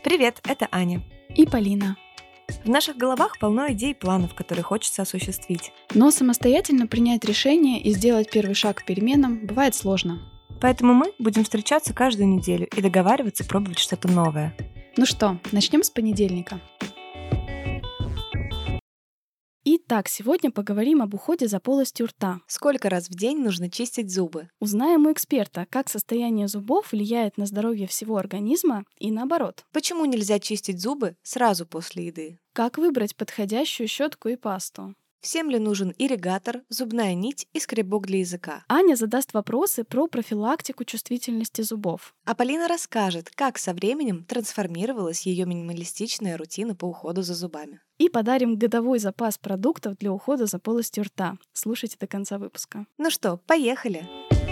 Привет, это Аня. И Полина. В наших головах полно идей и планов, которые хочется осуществить. Но самостоятельно принять решение и сделать первый шаг к переменам бывает сложно. Поэтому мы будем встречаться каждую неделю и договариваться пробовать что-то новое. Ну что, начнем с понедельника. Итак, сегодня поговорим об уходе за полостью рта. Сколько раз в день нужно чистить зубы? Узнаем у эксперта, как состояние зубов влияет на здоровье всего организма и наоборот. Почему нельзя чистить зубы сразу после еды? Как выбрать подходящую щетку и пасту. Всем ли нужен ирригатор, зубная нить и скребок для языка? Аня задаст вопросы про профилактику чувствительности зубов. А Полина расскажет, как со временем трансформировалась ее минималистичная рутина по уходу за зубами. И подарим годовой запас продуктов для ухода за полостью рта. Слушайте до конца выпуска. Ну что, поехали!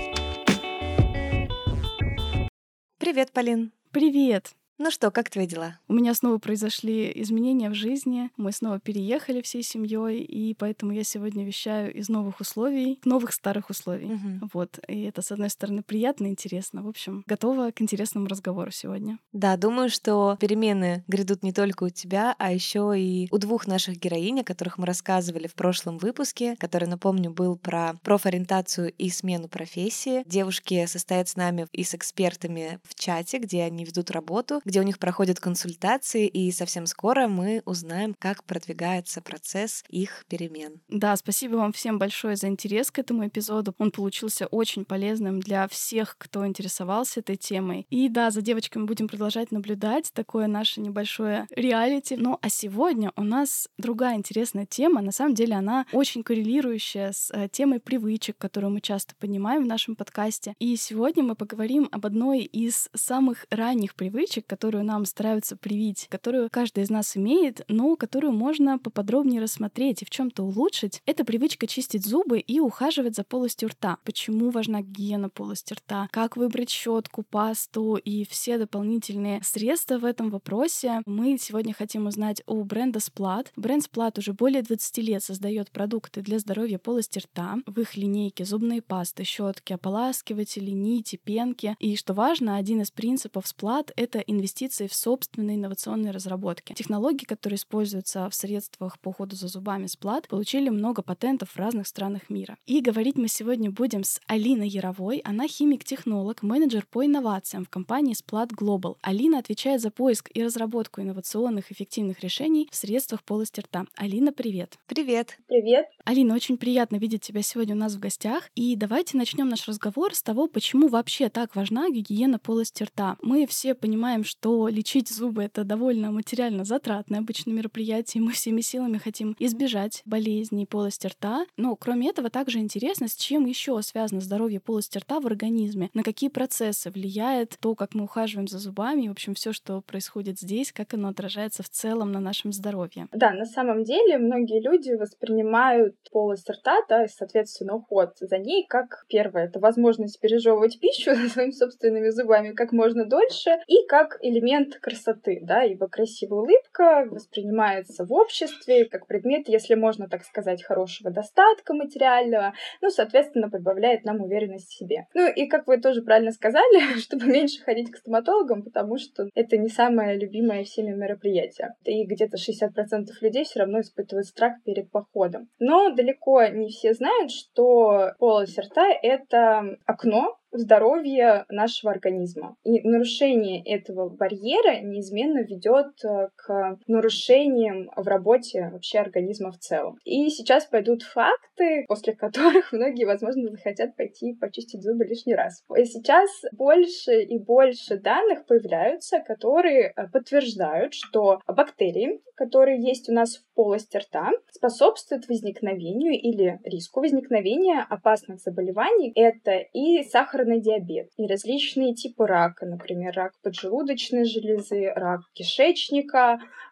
Привет, Полин! Привет! Ну что, как твои дела? У меня снова произошли изменения в жизни. Мы снова переехали всей семьей, и поэтому я сегодня вещаю из новых условий к новых старых условий. Вот. И это, с одной стороны, приятно и интересно. В общем, готова к интересному разговору сегодня. Да, думаю, что перемены грядут не только у тебя, а еще и у двух наших героинь, о которых мы рассказывали в прошлом выпуске, который, напомню, был про профориентацию и смену профессии. Девушки состоят с нами и с экспертами в чате, где они ведут работу, где у них проходят консультации, и совсем скоро мы узнаем, как продвигается процесс их перемен. Да, спасибо вам всем большое за интерес к этому эпизоду. Он получился очень полезным для всех, кто интересовался этой темой. И да, за девочками будем продолжать наблюдать, такое наше небольшое реалити. Ну а сегодня у нас другая интересная тема. На самом деле она очень коррелирующая с темой привычек, которую мы часто поднимаем в нашем подкасте. И сегодня мы поговорим об одной из самых ранних привычек, которую нам стараются привить, которую каждый из нас имеет, но которую можно поподробнее рассмотреть и в чем-то улучшить. Это привычка чистить зубы и ухаживать за полостью рта. Почему важна гигиена полости рта? Как выбрать щетку, пасту и все дополнительные средства в этом вопросе мы сегодня хотим узнать у бренда Splat. Бренд Splat уже более 20 лет создает продукты для здоровья полости рта. В их линейке зубные пасты, щетки, ополаскиватели, нити, пенки. И что важно, один из принципов Splat — это инвестиции в собственные инновационные разработки. Технологии, которые используются в средствах по уходу за зубами Splat, получили много патентов в разных странах мира. И говорить мы сегодня будем с Алиной Яровой. Она химик-технолог, менеджер по инновациям в компании Splat Global. Алина отвечает за поиск и разработку инновационных эффективных решений в средствах полости рта. Алина, привет! Привет! Привет! Алина, очень приятно видеть тебя сегодня у нас в гостях. И давайте начнем наш разговор с того, почему вообще так важна гигиена полости рта. Мы все понимаем, что лечить зубы — это довольно материально затратное обычно мероприятие, и мы всеми силами хотим избежать болезней полости рта. Но кроме этого также интересно, с чем еще связано здоровье полости рта в организме, на какие процессы влияет то, как мы ухаживаем за зубами, и, в общем, все, что происходит здесь, как оно отражается в целом на нашем здоровье. Да, на самом деле многие люди воспринимают полость рта, да, и, соответственно, уход за ней как первое — это возможность пережевывать пищу своими собственными зубами как можно дольше, и как элемент красоты, да, ибо красивая улыбка воспринимается в обществе как предмет, если можно так сказать, хорошего достатка материального, ну, соответственно, прибавляет нам уверенность в себе. Ну, и как вы тоже правильно сказали, чтобы меньше ходить к стоматологам, потому что это не самое любимое всеми мероприятие. И где-то 60% людей все равно испытывают страх перед походом. Но далеко не все знают, что полость рта — это окно в здоровье нашего организма. И нарушение этого барьера неизменно ведет к нарушениям в работе вообще организма в целом. И сейчас пойдут факты, после которых многие, возможно, захотят пойти почистить зубы лишний раз. И сейчас больше и больше данных появляются, которые подтверждают, что бактерии, которые есть у нас в полости рта, способствуют возникновению или риску возникновения опасных заболеваний. Это и сахарный диабет, и различные типы рака, например, рак поджелудочной железы, рак кишечника,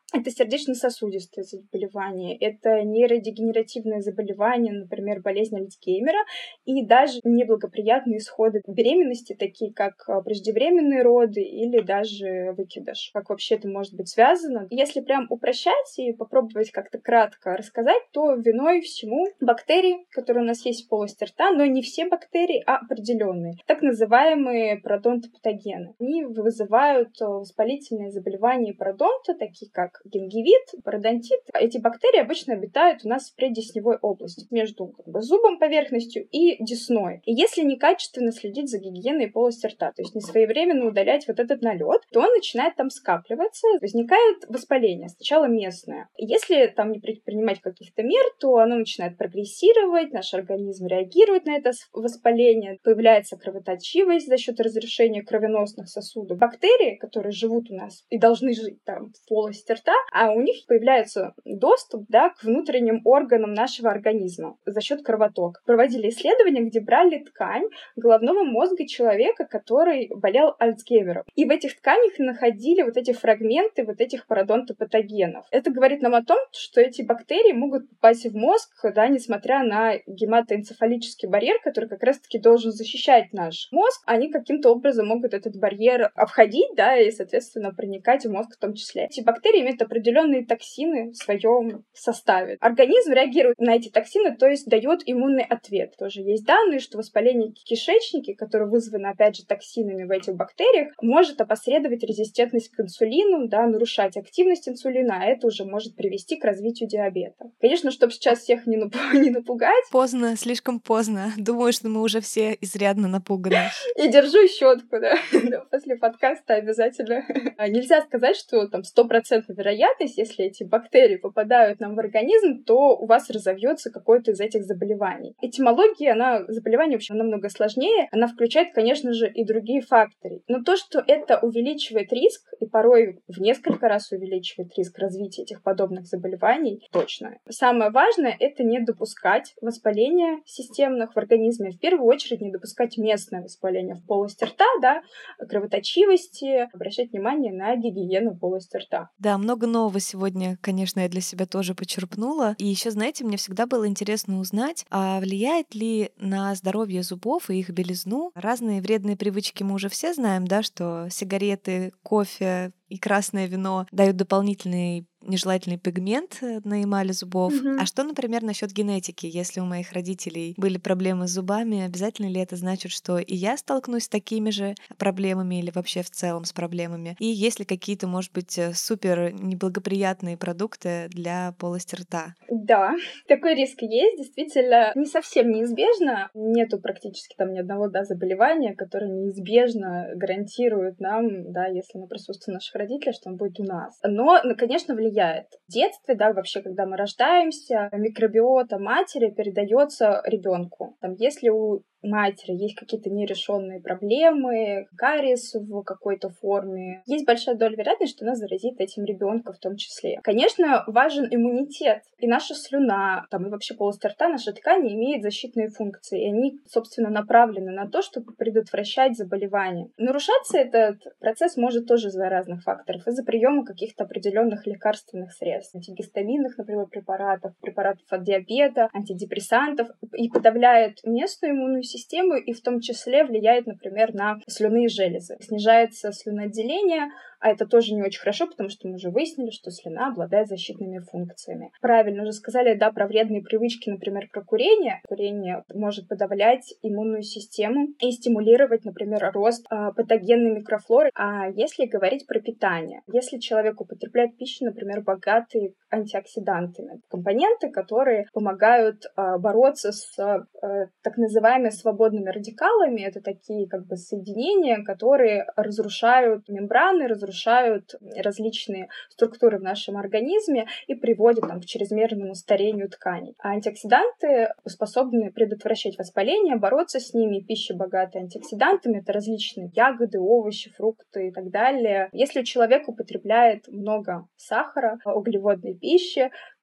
Это сердечно-сосудистые заболевания, это нейродегенеративные заболевания, например, болезнь Альцгеймера, и даже неблагоприятные исходы беременности, такие как преждевременные роды или даже выкидыш. Как вообще это может быть связано? Если прям упрощать и попробовать как-то кратко рассказать, то виной всему бактерии, которые у нас есть в полости рта, но не все бактерии, а определенные, так называемые пародонтопатогены. Они вызывают воспалительные заболевания пародонта, такие как гингивит, пародонтит. Эти бактерии обычно обитают у нас в преддесневой области, между зубом поверхностью и десной. И если некачественно следить за гигиеной полости рта, то есть не своевременно удалять вот этот налет, то он начинает там скапливаться, возникает воспаление, сначала местное. Если там не предпринимать каких-то мер, то оно начинает прогрессировать, наш организм реагирует на это воспаление, появляется кровоточивость за счет разрушения кровеносных сосудов. Бактерии, которые живут у нас и должны жить там в полости рта, а у них появляется доступ, да, к внутренним органам нашего организма за счет кровотока. Проводили исследования, где брали ткань головного мозга человека, который болел Альцгеймером. И в этих тканях находили вот эти фрагменты вот этих пародонтопатогенов. Это говорит нам о том, что эти бактерии могут попасть в мозг, да, несмотря на гематоэнцефалический барьер, который как раз-таки должен защищать наш мозг, они каким-то образом могут этот барьер обходить, да, и, соответственно, проникать в мозг в том числе. Эти бактерии имеют определенные токсины в своем составе. Организм реагирует на эти токсины, то есть дает иммунный ответ. Тоже есть данные, что воспаление кишечника, которое вызвано, опять же, токсинами в этих бактериях, может опосредовать резистентность к инсулину, да, нарушать активность инсулина, а это уже может привести к развитию диабета. Конечно, чтобы сейчас всех не напугать. Поздно, слишком поздно. Думаю, что мы уже все изрядно напуганы. И держу щетку, да. После подкаста обязательно. Нельзя сказать, что там 100% вероятность, если эти бактерии попадают нам в организм, то у вас разовьется какое-то из этих заболеваний. Этимология, заболевание, в общем, намного сложнее. Она включает, конечно же, и другие факторы. Но то, что это увеличивает риск, и порой в несколько раз увеличивает риск развития этих подобных заболеваний, точно. Самое важное — это не допускать воспаления системных в организме. В первую очередь не допускать местное воспаление в полости рта, да, кровоточивости, обращать внимание на гигиену полости рта. Да, много нового сегодня, конечно, я для себя тоже почерпнула. И еще, знаете, мне всегда было интересно узнать, а влияет ли на здоровье зубов и их белизну разные вредные привычки. Мы уже все знаем, да, что сигареты, кофе и красное вино дают дополнительный нежелательный пигмент на эмали зубов. А что, например, насчет генетики? Если у моих родителей были проблемы с зубами, обязательно ли это значит, что и я столкнусь с такими же проблемами или вообще в целом с проблемами? И есть ли какие-то, может быть, супер неблагоприятные продукты для полости рта? Да, такой риск есть, действительно, не совсем неизбежно. Нету практически там ни одного, да, заболевания, которое неизбежно гарантирует нам, да, если на присутствии наших родителей, что он будет у нас. Но, конечно, влияет. В детстве, да, вообще, когда мы рождаемся, микробиота матери передается ребенку. Там, если у матери есть какие-то нерешенные проблемы, кариес в какой-то форме, есть большая доля вероятности, что она заразит этим ребенка в том числе. Конечно, важен иммунитет. И наша слюна, там, и вообще полость рта, наша ткань имеет защитные функции. И они, собственно, направлены на то, чтобы предотвращать заболевания. Нарушаться этот процесс может тоже из-за разных факторов. Из-за приема каких-то определенных лекарственных средств, антигистаминных, например, препаратов от диабета, антидепрессантов, и подавляет местную иммунную систему, и в том числе влияет, например, на слюнные железы. Снижается слюноотделение, а это тоже не очень хорошо, потому что мы уже выяснили, что слюна обладает защитными функциями. Правильно уже сказали, да, про вредные привычки, например, про курение. Курение может подавлять иммунную систему и стимулировать, например, рост патогенной микрофлоры. А если говорить про питание, если человек употребляет пищу, например, богатые антиоксидантами, компоненты, которые помогают бороться с так называемыми свободными радикалами, это такие как бы соединения, которые разрушают мембраны, разрушают различные структуры в нашем организме и приводят к чрезмерному старению тканей. А антиоксиданты способны предотвращать воспаление, бороться с ними. Пища, богатая антиоксидантами, это различные ягоды, овощи, фрукты и так далее. Если человек употребляет много сахара, углеводной пищи,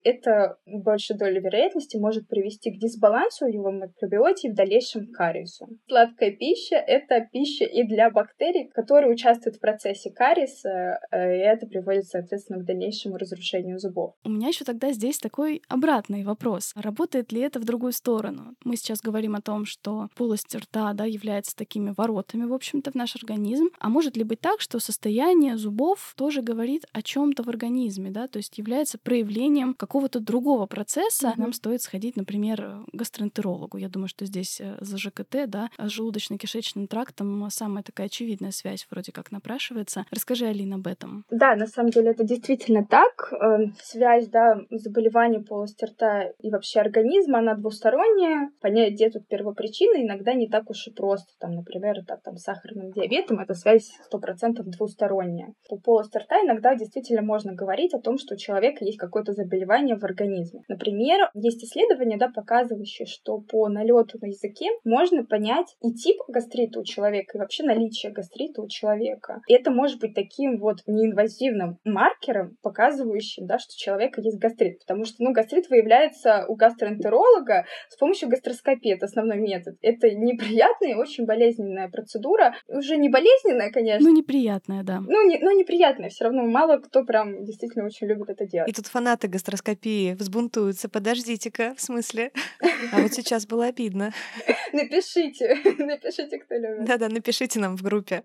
это большей долей вероятности может привести к дисбалансу в его микробиоте и в дальнейшем к кариесу. Сладкая пища — это пища и для бактерий, которые участвуют в процессе кариеса, и это приводит, соответственно, к дальнейшему разрушению зубов. У меня еще тогда здесь такой обратный вопрос. Работает ли это в другую сторону? Мы сейчас говорим о том, что полость рта, да, является такими воротами, в общем-то, в наш организм. А может ли быть так, что состояние зубов тоже говорит о чем-то в организме, да, то есть является проявлением какого-то другого процесса? Нам стоит сходить, например, к гастроэнтерологу. Я думаю, что здесь за ЖКТ, да, с желудочно-кишечным трактом самая такая очевидная связь вроде как напрашивается. Расскажи, Алина, об этом. Да, на самом деле это действительно так. Связь, да, заболеваний полости рта и вообще организма, она двусторонняя. Понять, где тут первопричина, иногда не так уж и просто. Там, например, с сахарным диабетом эта связь 100% двусторонняя. По полости рта иногда действительно можно говорить о том, что у человека есть какое-то заболевание в организме. Например, есть исследования, да, показывающие, что по налету на языке можно понять и тип гастрита у человека, и вообще наличие гастрита у человека. И это может быть таким вот неинвазивным маркером, показывающим, да, что у человека есть гастрит. Потому что, гастрит выявляется у гастроэнтеролога с помощью гастроскопии. Это основной метод. Это неприятная и очень болезненная процедура. Уже не болезненная, конечно. Неприятная, да. Неприятная. Все равно мало кто прям действительно очень любит это делать. И тут фанаты гастроскопии взбунтуются. Подождите-ка, в смысле? А вот сейчас было обидно. Напишите, кто любит. Да-да, напишите нам в группе.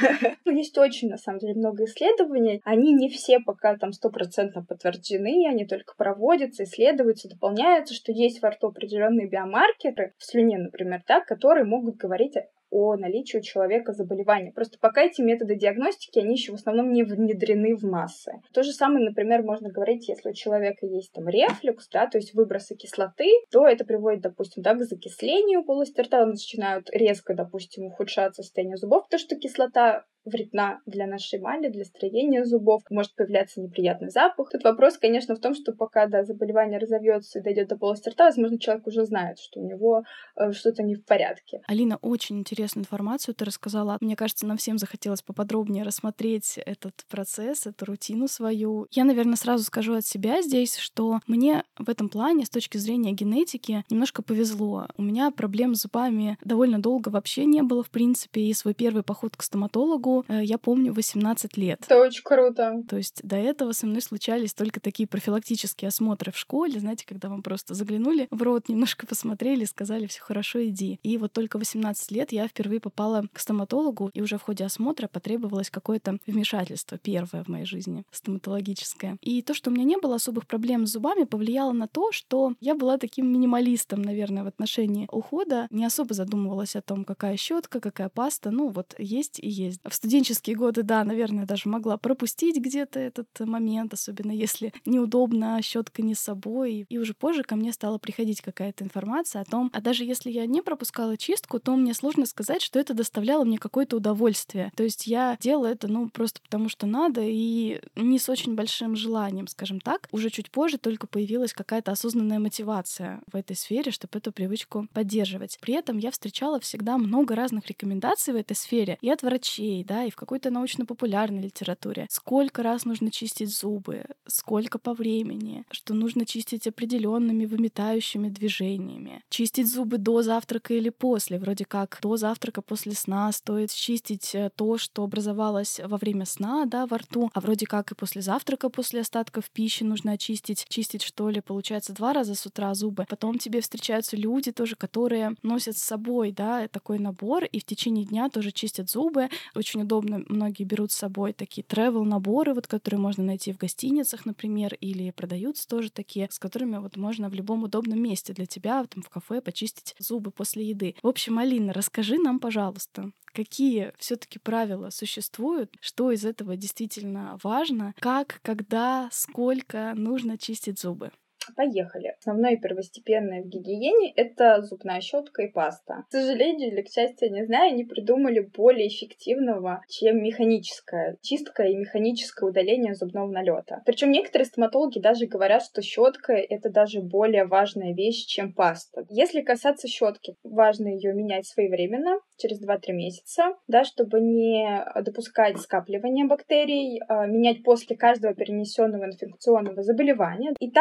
Есть очень, на самом деле, много исследований. Они не все пока там 100% подтверждены, они только проводятся, исследуются, дополняются, что есть во рту определенные биомаркеры, в слюне, например, да, которые могут говорить о наличии у человека заболевания. Просто пока эти методы диагностики, они еще в основном не внедрены в массы. То же самое, например, можно говорить, если у человека есть там рефлюкс, да, то есть выбросы кислоты, то это приводит, допустим, да, к закислению полости рта, начинают резко, допустим, ухудшаться состояние зубов, потому что кислота вредна для нашей эмали, для строения зубов, может появляться неприятный запах. Тут вопрос, конечно, в том, что пока, да, заболевание разовьется и дойдет до полости рта, возможно, человек уже знает, что у него что-то не в порядке. Алина, очень интересную информацию ты рассказала. Мне кажется, нам всем захотелось поподробнее рассмотреть этот процесс, эту рутину свою. Я, наверное, сразу скажу от себя здесь, что мне в этом плане, с точки зрения генетики, немножко повезло. У меня проблем с зубами довольно долго вообще не было, в принципе, и свой первый поход к стоматологу я помню 18 лет. Это очень круто. То есть до этого со мной случались только такие профилактические осмотры в школе, знаете, когда вам просто заглянули в рот, немножко посмотрели, сказали, все хорошо, иди. И вот только 18 лет я впервые попала к стоматологу, и уже в ходе осмотра потребовалось какое-то вмешательство, первое в моей жизни, стоматологическое. И то, что у меня не было особых проблем с зубами, повлияло на то, что я была таким минималистом, наверное, в отношении ухода, не особо задумывалась о том, какая щетка, какая паста, есть и есть. В студенческие годы, да, наверное, даже могла пропустить где-то этот момент, особенно если неудобно, щетка не с собой. И уже позже ко мне стала приходить какая-то информация о том, а даже если я не пропускала чистку, то мне сложно сказать, что это доставляло мне какое-то удовольствие. То есть я делала это, просто потому что надо, и не с очень большим желанием, скажем так. Уже чуть позже только появилась какая-то осознанная мотивация в этой сфере, чтобы эту привычку поддерживать. При этом я встречала всегда много разных рекомендаций в этой сфере и от врачей, да, и в какой-то научно-популярной литературе. Сколько раз нужно чистить зубы, сколько по времени, что нужно чистить определенными выметающими движениями. Чистить зубы до завтрака или после. Вроде как до завтрака, после сна стоит чистить то, что образовалось во время сна, да, во рту, а вроде как и после завтрака, после остатков пищи нужно очистить. Чистить, что ли, получается 2 раза с утра зубы. Потом тебе встречаются люди тоже, которые носят с собой, да, такой набор, и в течение дня тоже чистят зубы. Очень удобно, многие берут с собой такие travel-наборы, которые можно найти в гостиницах, например, или продаются тоже такие, с которыми можно в любом удобном месте для тебя, в кафе, почистить зубы после еды. В общем, Алина, расскажи нам, пожалуйста, какие все-таки правила существуют, что из этого действительно важно, как, когда, сколько нужно чистить зубы. Поехали. Основное и первостепенное в гигиене — это зубная щетка и паста. К сожалению или к счастью, не знаю, они придумали более эффективного, чем механическая чистка и механическое удаление зубного налета. Причем некоторые стоматологи даже говорят, что щетка — это даже более важная вещь, чем паста. Если касаться щетки, важно ее менять своевременно, через 2-3 месяца, да, чтобы не допускать скапливания бактерий, менять после каждого перенесенного инфекционного заболевания. И также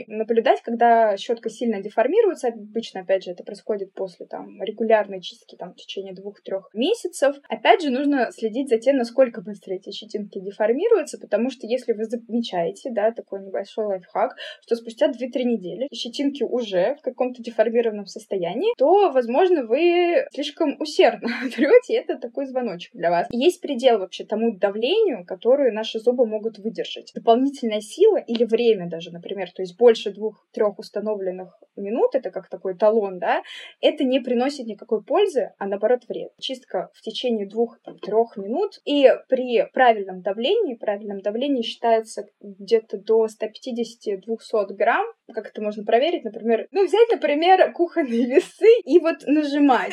наблюдать, когда щетка сильно деформируется. Обычно, опять же, это происходит после регулярной чистки в течение 2-3 месяцев. Опять же, нужно следить за тем, насколько быстро эти щетинки деформируются, потому что если вы замечаете, такой небольшой лайфхак, что спустя 2-3 недели щетинки уже в каком-то деформированном состоянии, то, возможно, вы слишком усердно трете, и это такой звоночек для вас. И есть предел вообще тому давлению, которое наши зубы могут выдержать. Дополнительная сила или время даже, например, то есть больше 2-3 установленных минут, это как такой талон, это не приносит никакой пользы, а наоборот вред. Чистка в течение 2-3 минут, и при правильном давлении считается где-то до 150-200 грамм. Как это можно проверить? Например, взять, кухонные весы и нажимать,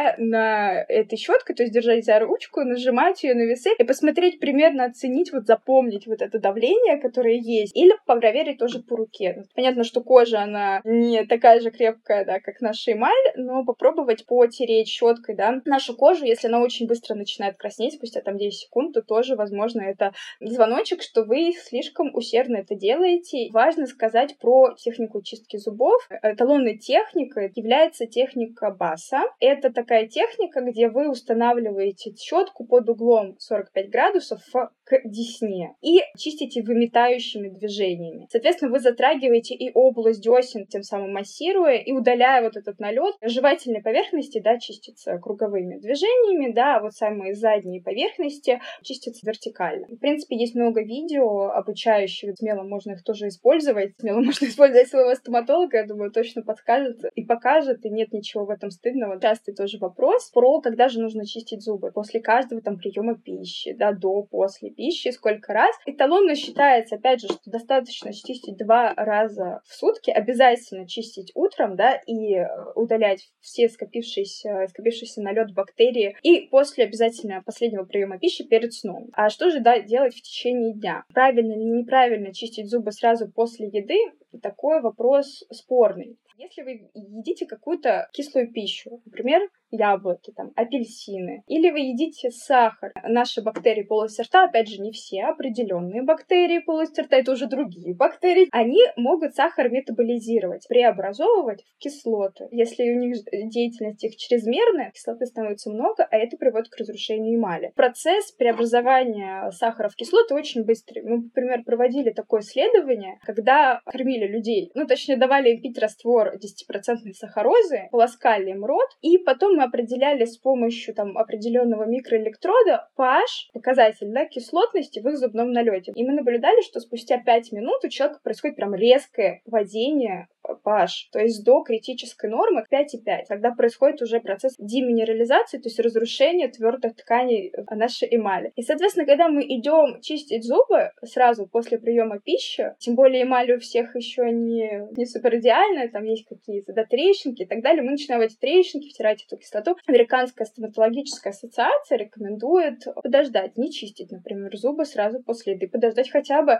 на этой щеткой, то есть держать за ручку, нажимать ее на весы и посмотреть примерно, оценить, запомнить это давление, которое есть, или проверить тоже по руке. Понятно, что кожа, она не такая же крепкая, как наша эмаль, но попробовать потереть щеткой, нашу кожу, если она очень быстро начинает краснеть, спустя 10 секунд, то тоже, возможно, это звоночек, что вы слишком усердно это делаете. Важно сказать про технику чистки зубов. Эталонной техникой является техника Баса. Это такая техника, где вы устанавливаете щетку под углом 45 градусов к десне и чистите выметающими движениями. Соответственно, вы затрагиваете и область десен, тем самым массируя и удаляя этот налет. Жевательные поверхности, чистятся круговыми движениями, а самые задние поверхности чистятся вертикально. В принципе, есть много видео обучающих, смело можно их тоже использовать, смело можно использовать своего стоматолога, я думаю, точно подскажет и покажет, и нет ничего в этом стыдного. Частый тоже вопрос про когда же нужно чистить зубы. После каждого приема пищи, до, после пищи, сколько раз. Эталонно считается, опять же, что достаточно чистить 2 раза в сутки, обязательно чистить утром, и удалять все скопившийся налет бактерии, и после обязательно последнего приема пищи перед сном. А что же делать в течение дня? Правильно или неправильно чистить зубы сразу после еды? Такой вопрос спорный. Если вы едите какую-то кислую пищу, например, яблоки, апельсины, или вы едите сахар, наши бактерии полости рта, опять же, не все, определенные бактерии полости рта, это уже другие бактерии, они могут сахар метаболизировать, преобразовывать в кислоты. Если у них деятельность их чрезмерная, кислоты становится много, а это приводит к разрушению эмали. Процесс преобразования сахара в кислоты очень быстрый. Мы, например, проводили такое исследование, когда кормили людей, точнее, давали им пить раствор 10% сахарозы, полоскали им рот, и потом мы определяли с помощью определенного микроэлектрода pH, показатель кислотности в их зубном налете. И мы наблюдали, что спустя 5 минут у человека происходит прям резкое падение pH, то есть до критической нормы 5,5. Когда происходит уже процесс деминерализации, то есть разрушения твердых тканей нашей эмали. И, соответственно, когда мы идем чистить зубы сразу после приема пищи, тем более эмаль у всех еще не супер идеальная, там есть какие-то трещинки и так далее, мы начинаем в эти трещинки втирать эту кислоту. Американская стоматологическая ассоциация рекомендует подождать, не чистить, например, зубы сразу после еды, подождать хотя бы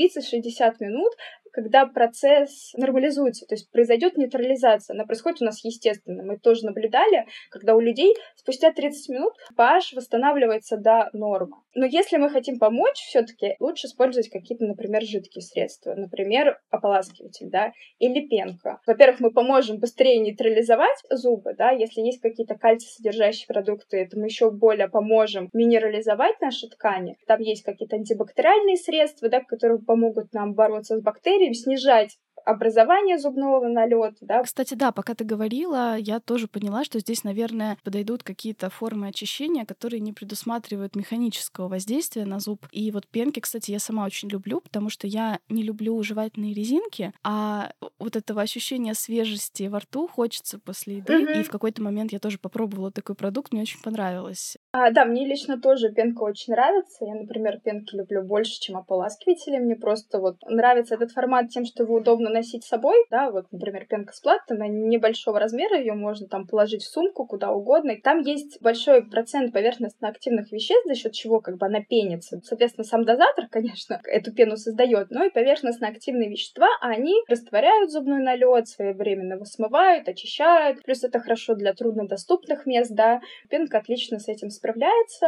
30-60 минут, когда процесс нормализуется, то есть произойдет нейтрализация. Она происходит у нас естественно. Мы тоже наблюдали, когда у людей спустя 30 минут pH восстанавливается до нормы. Но если мы хотим помочь, все-таки лучше использовать какие-то, например, жидкие средства. Например, ополаскиватель, или пенка. Во-первых, мы поможем быстрее нейтрализовать зубы, если есть какие-то кальций-содержащие продукты, то мы еще более поможем минерализовать наши ткани. Там есть какие-то антибактериальные средства, которые помогут нам бороться с бактериями, снижать образование зубного налета. Кстати, пока ты говорила, я тоже поняла, что здесь, наверное, подойдут какие-то формы очищения, которые не предусматривают механического воздействия на зуб. И пенки, кстати, я сама очень люблю, потому что я не люблю жевательные резинки, а этого ощущения свежести во рту хочется после еды. И в какой-то момент я тоже попробовала такой продукт, мне очень понравилось. Мне лично тоже пенка очень нравится. Я, например, пенки люблю больше, чем ополаскиватели. Мне просто нравится этот формат тем, что его удобно носить с собой. Например, пенка Сплат, она небольшого размера, ее можно положить в сумку куда угодно. И там есть большой процент поверхностно-активных веществ, за счет чего она пенится. Соответственно, сам дозатор, конечно, эту пену создает, но и поверхностно-активные вещества, они растворяют зубной налет, своевременно его смывают, очищают. Плюс это хорошо для труднодоступных мест, Пенка отлично с этим справляется.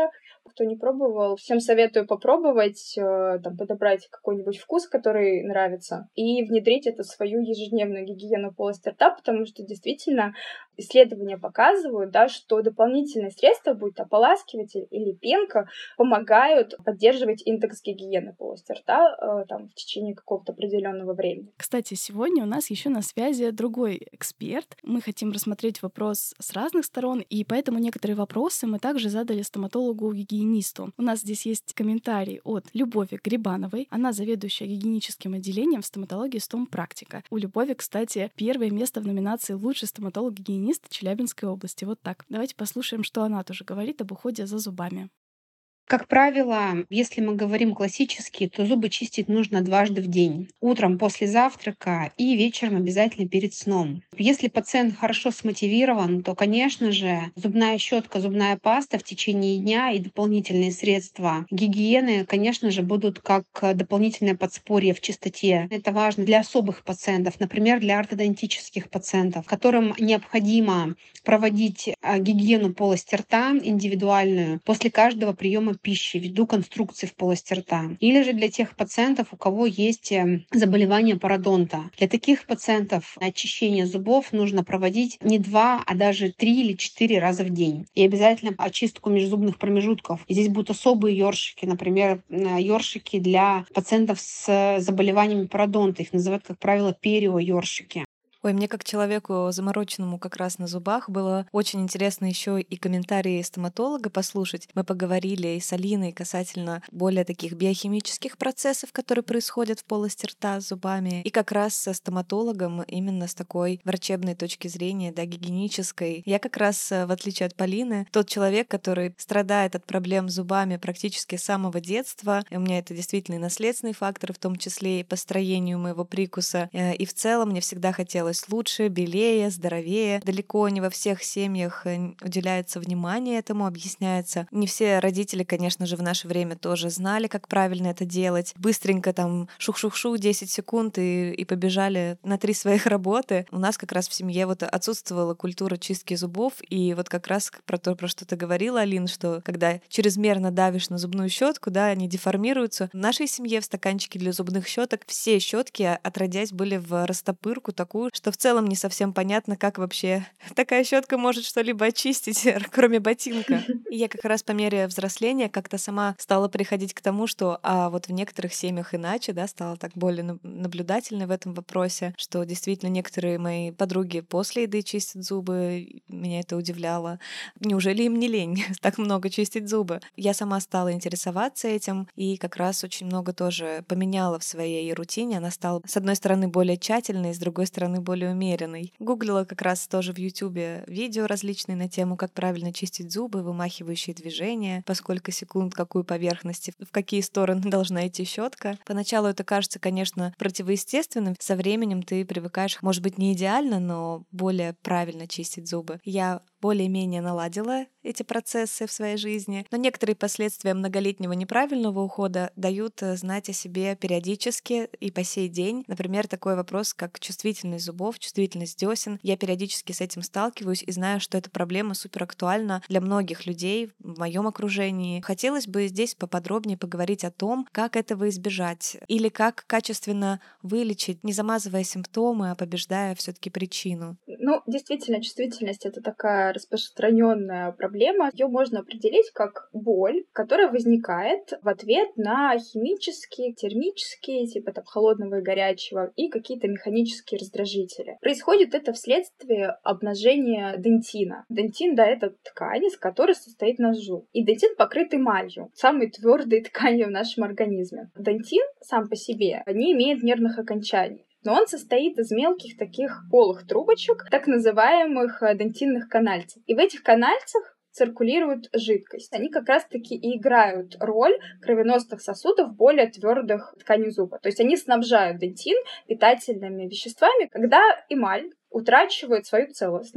Кто не пробовал, всем советую попробовать, подобрать какой-нибудь вкус, который нравится, и внедрить это в свою ежедневную гигиену полости рта, потому что действительно исследования показывают, да, что дополнительные средства, будь то ополаскиватель или пенка, помогают поддерживать индекс гигиены полости рта в течение какого-то определенного времени. Кстати, сегодня у нас еще на связи другой эксперт. Мы хотим рассмотреть вопрос с разных сторон, и поэтому некоторые вопросы мы также задали стоматологу-гигиенисту. У нас здесь есть комментарий от Любови Грибановой. Она заведующая гигиеническим отделением в стоматологии Стомпрактика. У Любови, кстати, первое место в номинации «Лучший стоматолог-гигиенист Челябинской области». Вот так. Давайте послушаем, что она тоже говорит об уходе за зубами. Как правило, если мы говорим классически, то зубы чистить нужно дважды в день. Утром после завтрака и вечером обязательно перед сном. Если пациент хорошо смотивирован, то, конечно же, зубная щетка, зубная паста в течение дня и дополнительные средства гигиены, конечно же, будут как дополнительное подспорье в чистоте. Это важно для особых пациентов, например, для ортодонтических пациентов, которым необходимо проводить гигиену полости рта индивидуальную после каждого приема пищи ввиду конструкции в полости рта. Или же для тех пациентов, у кого есть заболевание пародонта. Для таких пациентов очищение зубов нужно проводить не 2, а даже 3 или 4 раза в день. И обязательно очистку межзубных промежутков. И здесь будут особые ёршики, например, ёршики для пациентов с заболеваниями пародонта. Их называют, как правило, периоёршики. Ой, мне как человеку, замороченному как раз на зубах, было очень интересно еще и комментарии стоматолога послушать. Мы поговорили и с Алиной касательно более таких биохимических процессов, которые происходят в полости рта с зубами, и как раз со стоматологом именно с такой врачебной точки зрения, да, гигиенической. Я как раз, в отличие от Полины, тот человек, который страдает от проблем с зубами практически с самого детства. И у меня это действительно и наследственный фактор, в том числе и по строению моего прикуса. И в целом мне всегда хотелось лучше, белее, здоровее. Далеко не во всех семьях уделяется внимание этому, объясняется. Не все родители, конечно же, в наше время тоже знали, как правильно это делать. Быстренько там шух-шух-шу, 10 секунд и побежали на 3 своих работы. У нас как раз в семье вот отсутствовала культура чистки зубов, и вот как раз про то, про что ты говорила, Алин, что когда чрезмерно давишь на зубную щетку, да, они деформируются. В нашей семье в стаканчике для зубных щеток все щетки отродясь были в растопырку такую, что в целом не совсем понятно, как вообще такая щетка может что-либо очистить, кроме ботинка. И я как раз по мере взросления как-то сама стала приходить к тому, что вот в некоторых семьях иначе, да, стала так более наблюдательной в этом вопросе, что действительно некоторые мои подруги после еды чистят зубы, меня это удивляло. Неужели им не лень так много чистить зубы? Я сама стала интересоваться этим и как раз очень много тоже поменяла в своей рутине. Она стала, с одной стороны, более тщательной, с другой стороны, более умеренной. Гуглила как раз тоже в Ютубе видео различные на тему, как правильно чистить зубы, вымахивающие движения, по сколько секунд, какую поверхность, в какие стороны должна идти щетка. Поначалу это кажется, конечно, противоестественным. Со временем ты привыкаешь, может быть, не идеально, но более правильно чистить зубы. Я более-менее наладила эти процессы в своей жизни, но некоторые последствия многолетнего неправильного ухода дают знать о себе периодически и по сей день. Например, такой вопрос, как чувствительность зубов, чувствительность десен. Я периодически с этим сталкиваюсь и знаю, что эта проблема супер актуальна для многих людей в моем окружении. Хотелось бы здесь поподробнее поговорить о том, как этого избежать или как качественно вылечить, не замазывая симптомы, а побеждая все-таки причину. Ну, действительно, чувствительность — это такая распространенная проблема. Ее можно определить как боль, которая возникает в ответ на химические, термические, типа там холодного и горячего, и какие-то механические раздражители. Происходит это вследствие обнажения дентина. Дентин, да, это ткань, из которой состоит наш зуб. И дентин покрыт эмалью, самой твердой тканью в нашем организме. Дентин сам по себе не имеет нервных окончаний, но он состоит из мелких таких полых трубочек, так называемых дентинных канальцев. И в этих канальцах циркулирует жидкость. Они как раз-таки и играют роль кровеносных сосудов более твердых тканей зуба. То есть они снабжают дентин питательными веществами. Когда эмаль утрачивает свою целостность,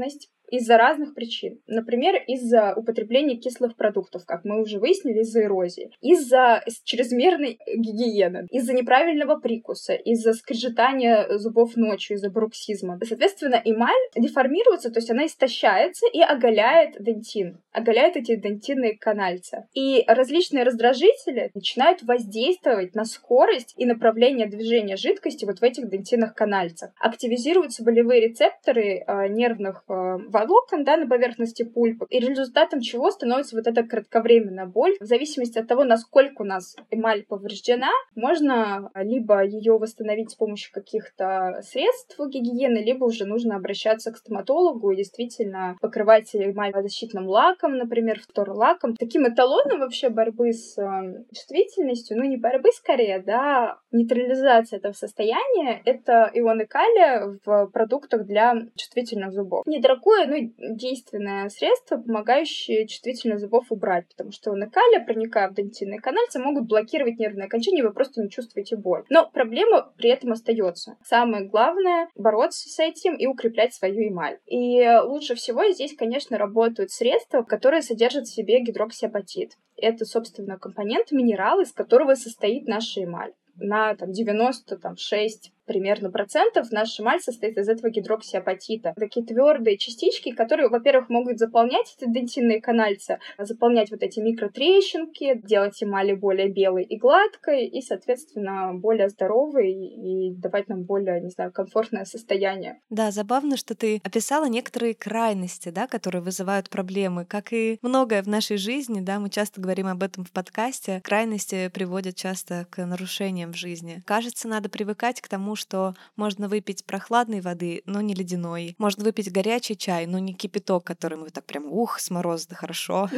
из-за разных причин. Например, из-за употребления кислых продуктов, как мы уже выяснили, из-за эрозии, из-за чрезмерной гигиены, из-за неправильного прикуса, из-за скрежетания зубов ночью, из-за бруксизма. Соответственно, эмаль деформируется, то есть она истощается и оголяет дентин, оголяет эти дентинные канальца. И различные раздражители начинают воздействовать на скорость и направление движения жидкости вот в этих дентинных канальцах. Активизируются болевые рецепторы нервных волокон, да, на поверхности пульпы, и результатом чего становится вот эта кратковременная боль. В зависимости от того, насколько у нас эмаль повреждена, можно либо ее восстановить с помощью каких-то средств гигиены, либо уже нужно обращаться к стоматологу и действительно покрывать эмаль защитным лаком, например, фторлаком. Таким эталоном вообще борьбы с чувствительностью, ну не борьбы скорее, да, нейтрализация этого состояния, это ионы калия в продуктах для чувствительных зубов. Недорогое, но действенное средство, помогающее чувствительность зубов убрать, потому что ионы калия, проникая в дентинные канальцы, могут блокировать нервные окончания, вы просто не чувствуете боль. Но проблема при этом остается. Самое главное — бороться с этим и укреплять свою эмаль. И лучше всего здесь, конечно, работают средства, которые содержат в себе гидроксиапатит. Это, собственно, компонент, минерал, из которого состоит наша эмаль. На 96 примерно процентов наша эмаль состоит из этого гидроксиапатита. Такие твердые частички, которые, во-первых, могут заполнять эти дентинные канальцы, заполнять вот эти микротрещинки, делать эмаль более белой и гладкой, и, соответственно, более здоровой и давать нам более, не знаю, комфортное состояние. Да, забавно, что ты описала некоторые крайности, да, которые вызывают проблемы. Как и многое в нашей жизни, да, мы часто говорим об этом в подкасте, крайности приводят часто к нарушениям в жизни. Кажется, надо привыкать к тому, что можно выпить прохладной воды, но не ледяной. Можно выпить горячий чай, но не кипяток, который мы так прям, с мороза, да хорошо.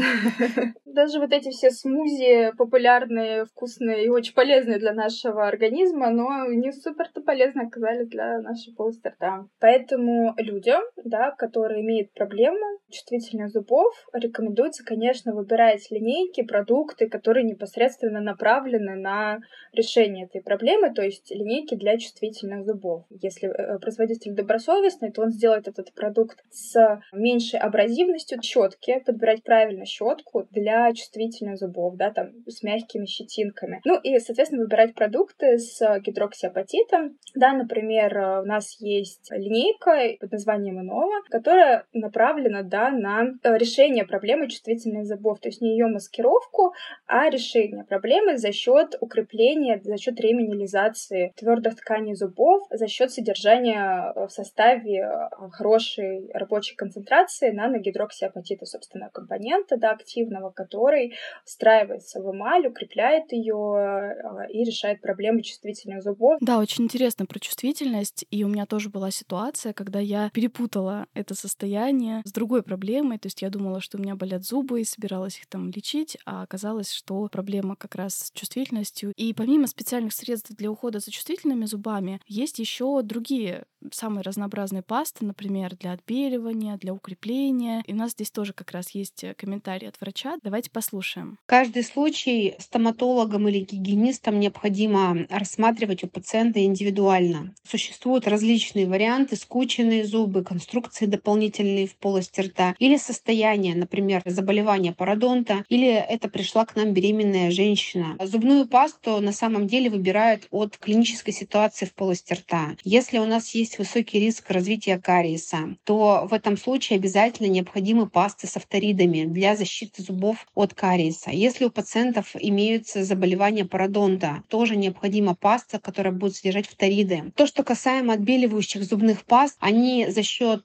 Даже вот эти все смузи популярные, вкусные и очень полезные для нашего организма, но не супер-то полезно оказались для нашей полости рта. Поэтому людям, да, которые имеют проблему чувствительных зубов, рекомендуется, конечно, выбирать линейки, продукты, которые непосредственно направлены на решение этой проблемы, то есть линейки для чувствительных зубов. Если производитель добросовестный, то он сделает этот продукт с меньшей абразивностью щетки, подбирать правильно щетку для чувствительных зубов, да, там, с мягкими щетинками. Ну и, соответственно, выбирать продукты с гидроксиапатитом. Да, например, у нас есть линейка под названием Innova, которая направлена, да, на решение проблемы чувствительных зубов, то есть не ее маскировку, а решение проблемы за счет укрепления, за счет реминерализации твердых тканей зубов, за счет содержания в составе хорошей рабочей концентрации наногидроксиапатита, собственно, компонента, да, активного, который встраивается в эмаль, укрепляет ее и решает проблемы чувствительных зубов. Да, очень интересно про чувствительность, и у меня тоже была ситуация, когда я перепутала это состояние с другой проблемой, то есть я думала, что у меня болят зубы, и собиралась их там лечить, а оказалось, что проблема как раз с чувствительностью. И помимо специальных средств для ухода за чувствительными зубами, есть еще другие самые разнообразные пасты, например, для отбеливания, для укрепления. И у нас здесь тоже как раз есть комментарий от врача. Давайте послушаем. Каждый случай стоматологам или гигиенистам необходимо рассматривать у пациента индивидуально. Существуют различные варианты: скрученные зубы, конструкции дополнительные в полости рта или состояние, например, заболевание пародонта, или это пришла к нам беременная женщина. Зубную пасту на самом деле выбирают от клинической ситуации в полости рта. Если у нас есть высокий риск развития кариеса, то в этом случае обязательно необходимы пасты с фторидами для защиты зубов от кариеса. Если у пациентов имеются заболевания пародонта, тоже необходима паста, которая будет содержать фториды. То, что касаемо отбеливающих зубных паст, они за счет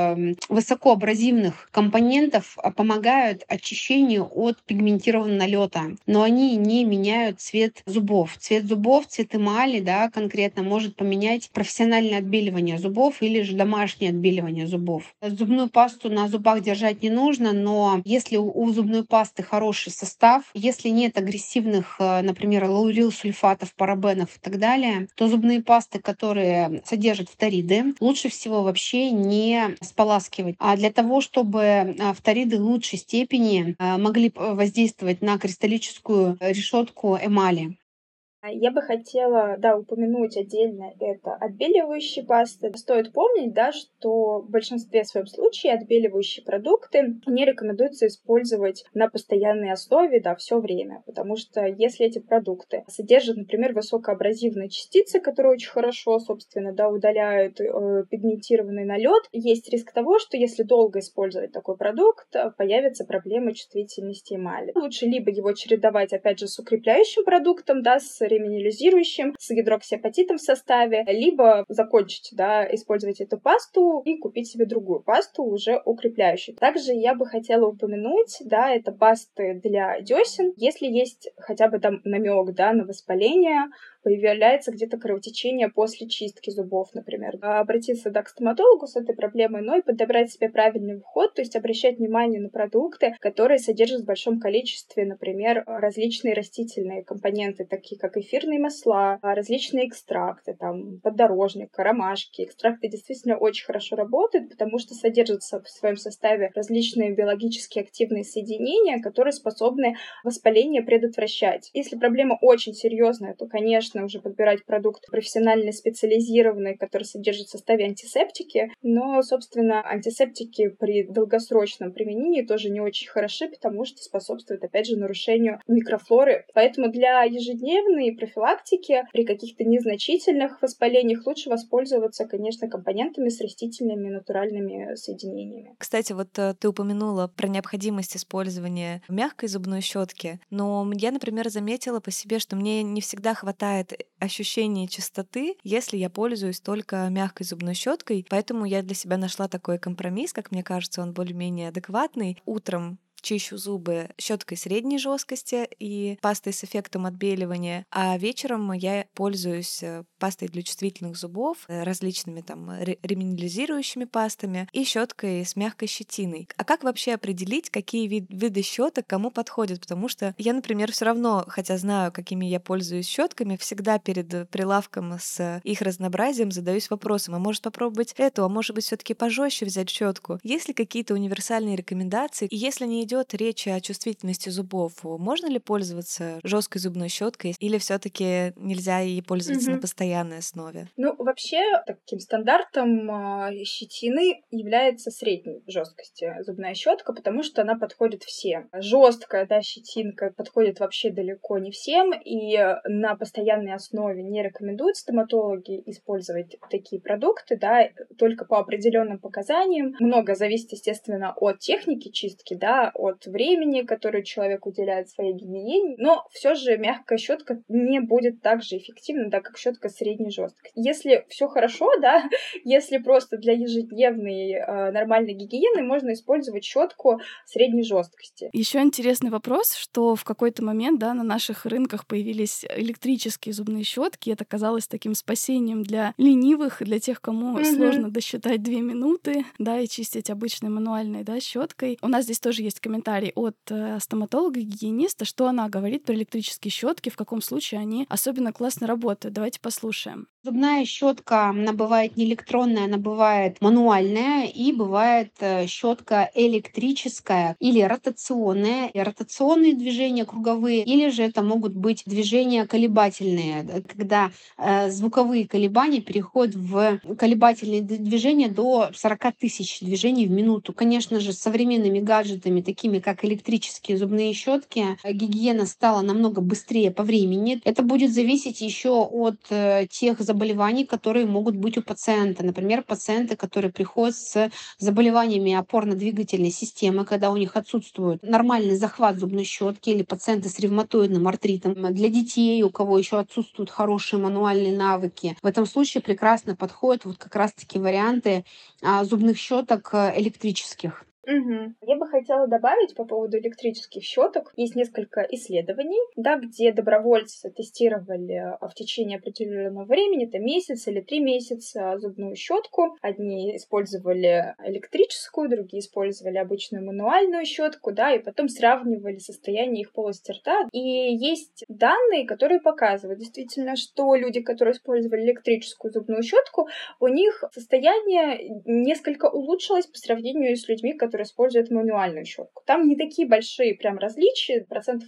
высокоабразивных компонентов помогают очищению от пигментированного налета, но они не меняют цвет зубов. Цвет зубов, цвет эмали, да, конкретно может поменять профессиональное отбеливание зубов или же домашнее отбеливание зубов. Зубную пасту на зубах держать не нужно, но если у зубной пасты хороший состав, если нет агрессивных, например, лаурилсульфатов, парабенов и так далее, то зубные пасты, которые содержат фториды, лучше всего вообще не споласкивать. А для того, чтобы фториды лучшей степени могли воздействовать на кристаллическую решетку эмали. Я бы хотела, упомянуть отдельно это отбеливающие пасты. Стоит помнить, что в большинстве своем случаев отбеливающие продукты не рекомендуется использовать на постоянной основе, все время, потому что если эти продукты содержат, например, высокоабразивные частицы, которые очень хорошо, собственно, удаляют пигментированный налет, есть риск того, что если долго использовать такой продукт, появятся проблемы чувствительности эмали. Лучше либо его чередовать, опять же, с укрепляющим продуктом, с реминерализирующим, с гидроксиапатитом в составе, либо закончить, использовать эту пасту и купить себе другую пасту, уже укрепляющую. Также я бы хотела упомянуть, это пасты для десен. Если есть хотя бы намек, на воспаление, появляется где-то кровотечение после чистки зубов, например. Обратиться, к стоматологу с этой проблемой, но и подобрать себе правильный вход, то есть обращать внимание на продукты, которые содержат в большом количестве, например, различные растительные компоненты, такие как эфирные масла, различные экстракты, подорожник, ромашки. Экстракты действительно очень хорошо работают, потому что содержатся в своем составе различные биологически активные соединения, которые способны воспаление предотвращать. Если проблема очень серьезная, то, конечно, уже подбирать продукт профессионально специализированный, который содержит в составе антисептики, но, собственно, антисептики при долгосрочном применении тоже не очень хороши, потому что способствуют, опять же, нарушению микрофлоры. Поэтому для ежедневной профилактики при каких-то незначительных воспалениях лучше воспользоваться, конечно, компонентами с растительными натуральными соединениями. Кстати, ты упомянула про необходимость использования мягкой зубной щетки, но я, например, заметила по себе, что мне не всегда хватает ощущения чистоты, если я пользуюсь только мягкой зубной щеткой, поэтому я для себя нашла такой компромисс, как мне кажется, он более-менее адекватный. Утром чищу зубы щеткой средней жесткости и пастой с эффектом отбеливания, а вечером я пользуюсь пастой для чувствительных зубов, различными реминерализирующими пастами и щеткой с мягкой щетиной. А как вообще определить, какие виды щеток кому подходят? Потому что я, например, все равно, хотя знаю, какими я пользуюсь щетками, всегда перед прилавком с их разнообразием задаюсь вопросом: а может попробовать эту, а может быть все-таки пожестче взять щетку? Есть ли какие-то универсальные рекомендации? И если не идет речь о чувствительности зубов, можно ли пользоваться жесткой зубной щеткой, или все-таки нельзя ей пользоваться на постоянной основе? Вообще, таким стандартом щетины является средней жесткости зубная щетка, потому что она подходит всем. Жесткая, щетинка подходит вообще далеко не всем, и на постоянной основе не рекомендуют стоматологи использовать такие продукты, только по определенным показаниям. Много зависит, естественно, от техники чистки, от времени, которое человек уделяет своей гигиене, но все же мягкая щетка не будет так же эффективна, как щетка средней жесткости. Если все хорошо, если просто для ежедневной нормальной гигиены, можно использовать щетку средней жесткости. Еще интересный вопрос, что в какой-то момент, на наших рынках появились электрические зубные щетки. Это казалось таким спасением для ленивых, для тех, кому сложно досчитать 2 минуты, и чистить обычной мануальной, щеткой. У нас здесь тоже есть комментарий от стоматолога-гигиениста, что она говорит про электрические щетки, в каком случае они особенно классно работают. Давайте послушаем. Зубная щетка, она бывает не электронная, она бывает мануальная, и бывает щетка электрическая или ротационная. Ротационные движения круговые, или же это могут быть движения колебательные, когда звуковые колебания переходят в колебательные движения до 40 тысяч движений в минуту. Конечно же, с современными гаджетами, такими как электрические зубные щетки, гигиена стала намного быстрее по времени. Это будет зависеть еще от тех заболеваний, которые могут быть у пациента. Например, пациенты, которые приходят с заболеваниями опорно-двигательной системы, когда у них отсутствует нормальный захват зубной щетки, или пациенты с ревматоидным артритом. Для детей, у кого еще отсутствуют хорошие мануальные навыки, в этом случае прекрасно подходят как раз-таки варианты зубных щеток электрических. Я бы хотела добавить по поводу электрических щеток. Есть несколько исследований, где добровольцы тестировали в течение определенного времени, это месяц или 3 месяца, зубную щетку. Одни использовали электрическую, другие использовали обычную мануальную щетку, и потом сравнивали состояние их полости рта. И есть данные, которые показывают действительно, что люди, которые использовали электрическую зубную щетку, у них состояние несколько улучшилось по сравнению с людьми, которые которые используют мануальную щетку. Там не такие большие прям различия,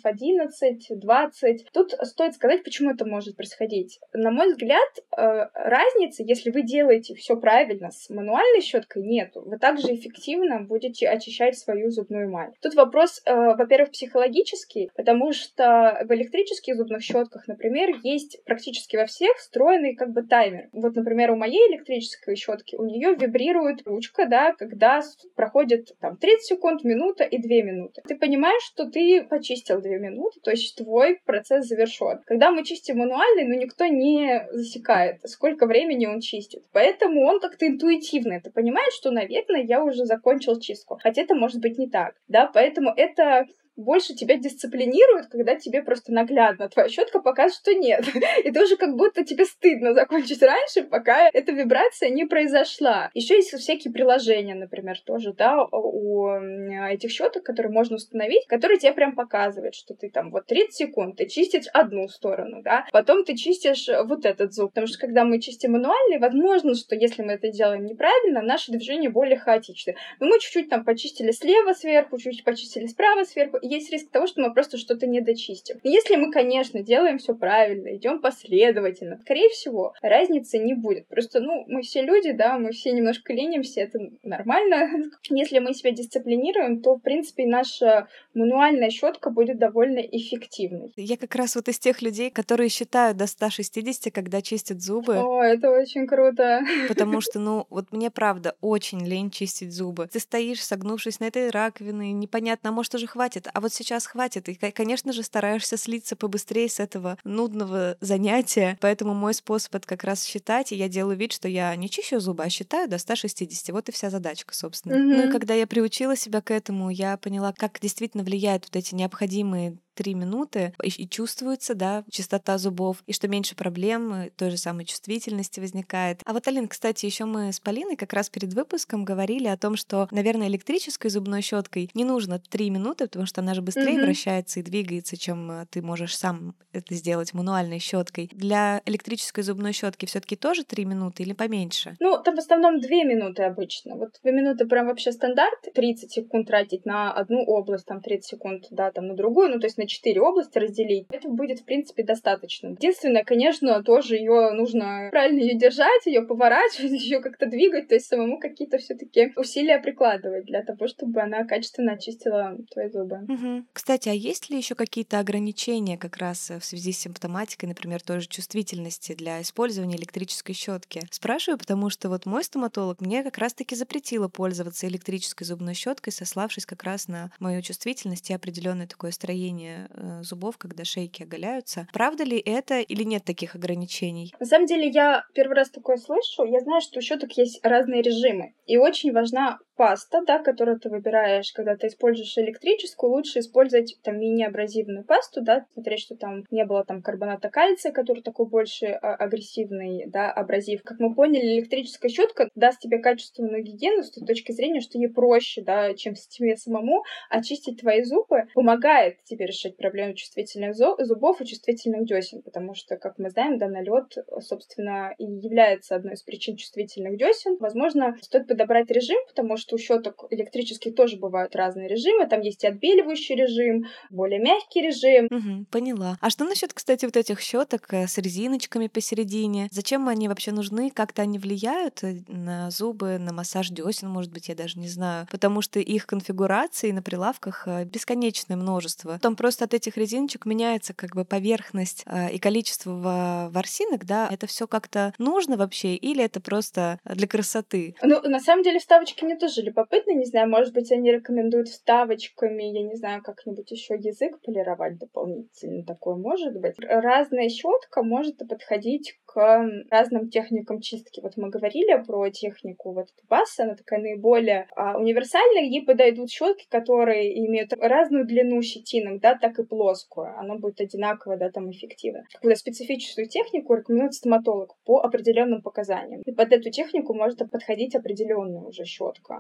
11-20%. Тут стоит сказать, почему это может происходить. На мой взгляд, разницы, если вы делаете все правильно с мануальной щеткой, нету. Вы также эффективно будете очищать свою зубную эмаль. Тут вопрос, во-первых, психологический, потому что в электрических зубных щетках, например, есть практически во всех встроенный как бы таймер. Вот, например, у моей электрической щетки, у нее вибрирует ручка, да, когда проходит там 30 секунд, минута и 2 минуты. Ты понимаешь, что ты почистил 2 минуты, то есть твой процесс завершен. Когда мы чистим мануальный, никто не засекает, сколько времени он чистит. Поэтому он как-то интуитивно это понимает, что, наверное, я уже закончил чистку. Хотя это может быть не так, да, поэтому это больше тебя дисциплинирует, когда тебе просто наглядно твоя щетка показывает, что нет. И ты уже как будто тебе стыдно закончить раньше, пока эта вибрация не произошла. Еще есть всякие приложения, например, тоже, да, у этих щеток, которые можно установить, которые тебе прям показывают, что ты там вот 30 секунд, ты чистишь одну сторону, да, потом ты чистишь вот этот зуб. Потому что когда мы чистим мануально, возможно, что если мы это делаем неправильно, наши движения более хаотичны. Но мы чуть-чуть там почистили слева сверху, чуть-чуть почистили справа сверху, есть риск того, что мы просто что-то не дочистим. И если мы, конечно, делаем все правильно, идем последовательно, скорее всего, разницы не будет. Просто, мы все люди, да, мы все немножко ленимся, это нормально. Если мы себя дисциплинируем, то, в принципе, наша мануальная щетка будет довольно эффективной. Я как раз вот из тех людей, которые считают до 160, когда чистят зубы. О, это очень круто. Потому что, вот мне правда очень лень чистить зубы. Ты стоишь, согнувшись на этой раковине, непонятно, а может уже хватит, а вот сейчас хватит. И, конечно же, стараешься слиться побыстрее с этого нудного занятия. Поэтому мой способ — это как раз считать, и я делаю вид, что я не чищу зубы, а считаю до 160. Вот и вся задачка, собственно. Ну и когда я приучила себя к этому, я поняла, как действительно влияют вот эти необходимые 3 минуты, и чувствуется, да, чистота зубов, и что меньше проблем, той же самой чувствительности возникает. А вот, Алин, кстати, еще мы с Полиной как раз перед выпуском говорили о том, что, наверное, электрической зубной щеткой не нужно 3 минуты, потому что она же быстрее вращается и двигается, чем ты можешь сам это сделать мануальной щеткой. Для электрической зубной щетки все-таки тоже 3 минуты или поменьше? Там в основном 2 минуты обычно. Вот 2 минуты прям вообще стандарт. 30 секунд тратить на одну область, там 30 секунд, да, там на другую, то есть на 4 области разделить. Это будет, в принципе, достаточно. Единственное, конечно, тоже ее нужно правильно ее держать, ее поворачивать, ее как-то двигать, то есть самому какие-то все-таки усилия прикладывать для того, чтобы она качественно очистила твои зубы. Кстати, а есть ли еще какие-то ограничения как раз в связи с симптоматикой, например, той же чувствительности для использования электрической щетки? Спрашиваю, потому что вот мой стоматолог мне как раз-таки запретила пользоваться электрической зубной щеткой, сославшись как раз на мою чувствительность и определенное такое строение зубов, когда шейки оголяются. Правда ли это или нет таких ограничений? На самом деле, я первый раз такое слышу. Я знаю, что у щеток есть разные режимы. И очень важна паста, да, которую ты выбираешь, когда ты используешь электрическую, лучше использовать там мини-абразивную пасту, да, смотреть, что там не было там карбоната кальция, который такой больше агрессивный, да, абразив. Как мы поняли, электрическая щетка даст тебе качественную гигиену с той точки зрения, что ей проще, да, чем тебе самому очистить твои зубы, помогает тебе решить проблему чувствительных зубов и чувствительных десен, потому что, как мы знаем, да, налет, собственно, и является одной из причин чувствительных десен. Возможно, стоит подобрать режим, потому что у щеток электрических тоже бывают разные режимы. Там есть и отбеливающий режим, более мягкий режим. Поняла. А что насчет, кстати, вот этих щеток с резиночками посередине? Зачем они вообще нужны? Как-то они влияют на зубы, на массаж десен, может быть, я даже не знаю. Потому что их конфигурации на прилавках бесконечное множество. Там просто от этих резиночек меняется как бы поверхность и количество ворсинок, да? Это все как-то нужно вообще или это просто для красоты? На самом деле вставочки мне тоже любопытно, не знаю, может быть, они рекомендуют вставочками, я не знаю, как-нибудь еще язык полировать дополнительно, такое может быть. Разная щетка может подходить к разным техникам чистки. Вот мы говорили про технику вот Басса, она такая наиболее универсальная, ей подойдут щетки, которые имеют разную длину щетинок, да, так и плоскую. Она будет одинаково, да, там эффективно. Какую-то специфическую технику рекомендует стоматолог по определенным показаниям. И под эту технику может подходить определенная уже щетка.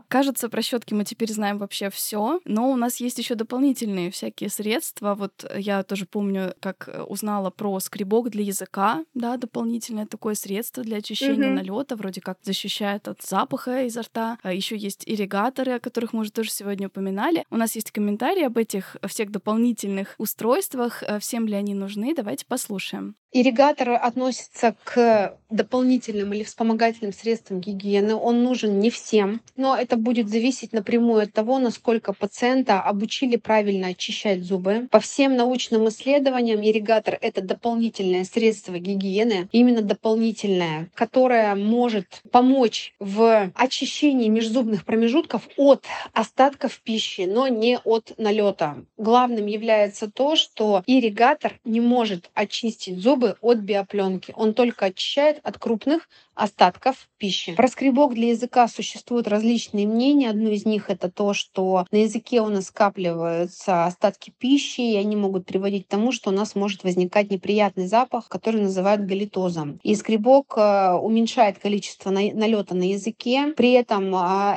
Кажется, про щетки мы теперь знаем вообще все, но у нас есть еще дополнительные всякие средства. Вот я тоже помню, как узнала про скребок для языка, да, дополнительное такое средство для очищения налета, вроде как защищает от запаха изо рта. Еще есть ирригаторы, о которых мы уже тоже сегодня упоминали. У нас есть комментарии об этих всех дополнительных устройствах. Всем ли они нужны? Давайте послушаем. Ирригатор относится к дополнительным или вспомогательным средствам гигиены. Он нужен не всем, но это будет зависеть напрямую от того, насколько пациента обучили правильно очищать зубы. По всем научным исследованиям ирригатор — это дополнительное средство гигиены, именно дополнительное, которое может помочь в очищении межзубных промежутков от остатков пищи, но не от налета. Главным является то, что ирригатор не может очистить зубы от биопленки. Он только очищает от крупных остатков пищи. Про скребок для языка существуют различные мнения. Одно из них — это то, что на языке у нас скапливаются остатки пищи, и они могут приводить к тому, что у нас может возникать неприятный запах, который называют галитозом. И скребок уменьшает количество налета на языке. При этом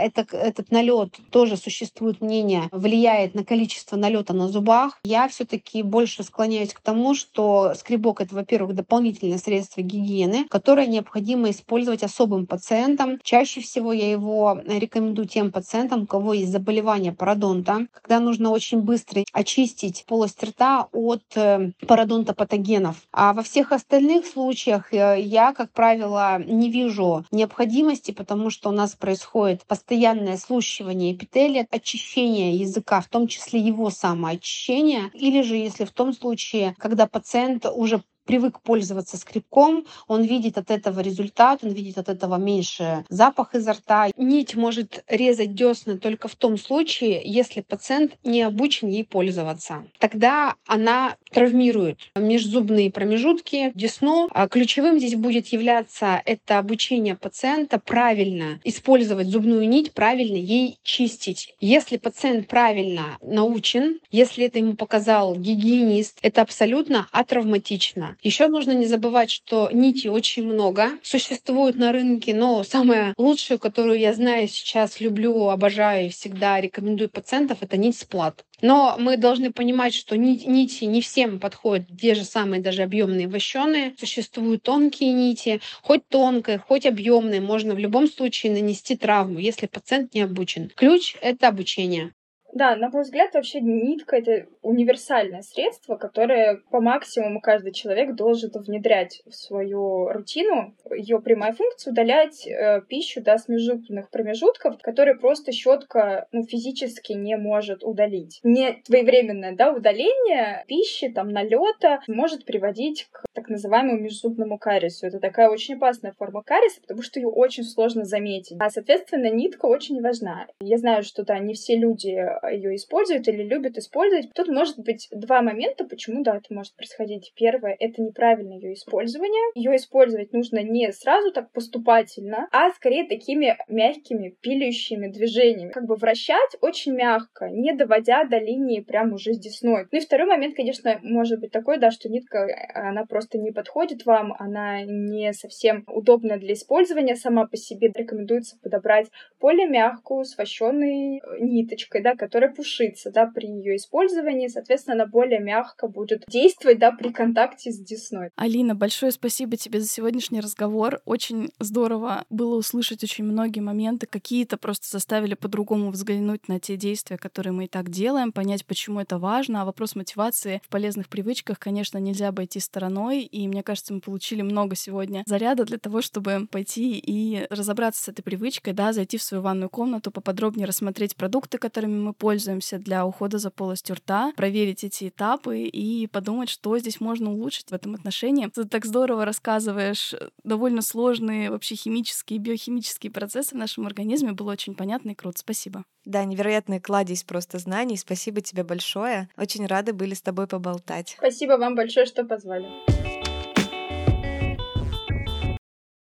этот налет, тоже существует мнение, влияет на количество налета на зубах. Я все-таки больше склоняюсь к тому, что скребок — это, во-первых, дополнительное средство гигиены, которое необходимо использовать особым пациентам. Чаще всего я его рекомендую тем пациентам, у кого есть заболевание пародонта, когда нужно очень быстро очистить полость рта от пародонта патогенов. А во всех остальных случаях я, как правило, не вижу необходимости, потому что у нас происходит постоянное слущивание эпителия, очищение языка, в том числе его самоочищение. Или же, если в том случае, когда пациент уже привык пользоваться скребком, он видит от этого результат, он видит от этого меньше запах изо рта. Нить может резать десны только в том случае, если пациент не обучен ей пользоваться. Тогда она травмирует межзубные промежутки, десну. А ключевым здесь будет являться это обучение пациента правильно использовать зубную нить, правильно ей чистить. Если пациент правильно научен, если это ему показал гигиенист, это абсолютно атравматично. Еще нужно не забывать, что нитей очень много существует на рынке, но самая лучшая, которую я знаю сейчас, люблю, обожаю и всегда рекомендую пациентов, это нить Сплат. Но мы должны понимать, что нити не всем подходят, те же самые даже объемные вощеные. Существуют тонкие нити, хоть тонкие, хоть объемные, можно в любом случае нанести травму, если пациент не обучен. Ключ — это обучение. Да, на мой взгляд, вообще нитка — это универсальное средство, которое по максимуму каждый человек должен внедрять в свою рутину. Ее прямая функция — удалять пищу с межзубных промежутков, которые просто щетка физически не может удалить. Не своевременное удаление пищи, налета может приводить к так называемому межзубному кариесу. Это такая очень опасная форма кариеса, потому что ее очень сложно заметить. А, соответственно, нитка очень важна. Я знаю, что не все люди ее используют или любят использовать. Тут может быть два момента, почему это может происходить. Первое — это неправильное ее использование. Ее использовать нужно не сразу так поступательно, а скорее такими мягкими пилющими движениями. Вращать очень мягко, не доводя до линии прям уже с десной. И второй момент, конечно, может быть такой, что нитка, она просто не подходит вам, она не совсем удобна для использования сама по себе. Рекомендуется подобрать более мягкую, с вощеной ниточкой, которая пушится, при ее использовании, соответственно, она более мягко будет действовать, при контакте с десной. Алина, большое спасибо тебе за сегодняшний разговор. Очень здорово было услышать очень многие моменты, какие-то просто заставили по-другому взглянуть на те действия, которые мы и так делаем, понять, почему это важно. А вопрос мотивации в полезных привычках, конечно, нельзя обойти стороной, и мне кажется, мы получили много сегодня заряда для того, чтобы пойти и разобраться с этой привычкой, зайти в свою ванную комнату, поподробнее рассмотреть продукты, которыми мы пользуемся для ухода за полостью рта, проверить эти этапы и подумать, что здесь можно улучшить в этом отношении. Ты так здорово рассказываешь довольно сложные вообще химические и биохимические процессы в нашем организме. Было очень понятно и круто. Спасибо. Да, невероятный кладезь просто знаний. Спасибо тебе большое. Очень рады были с тобой поболтать. Спасибо вам большое, что позвали.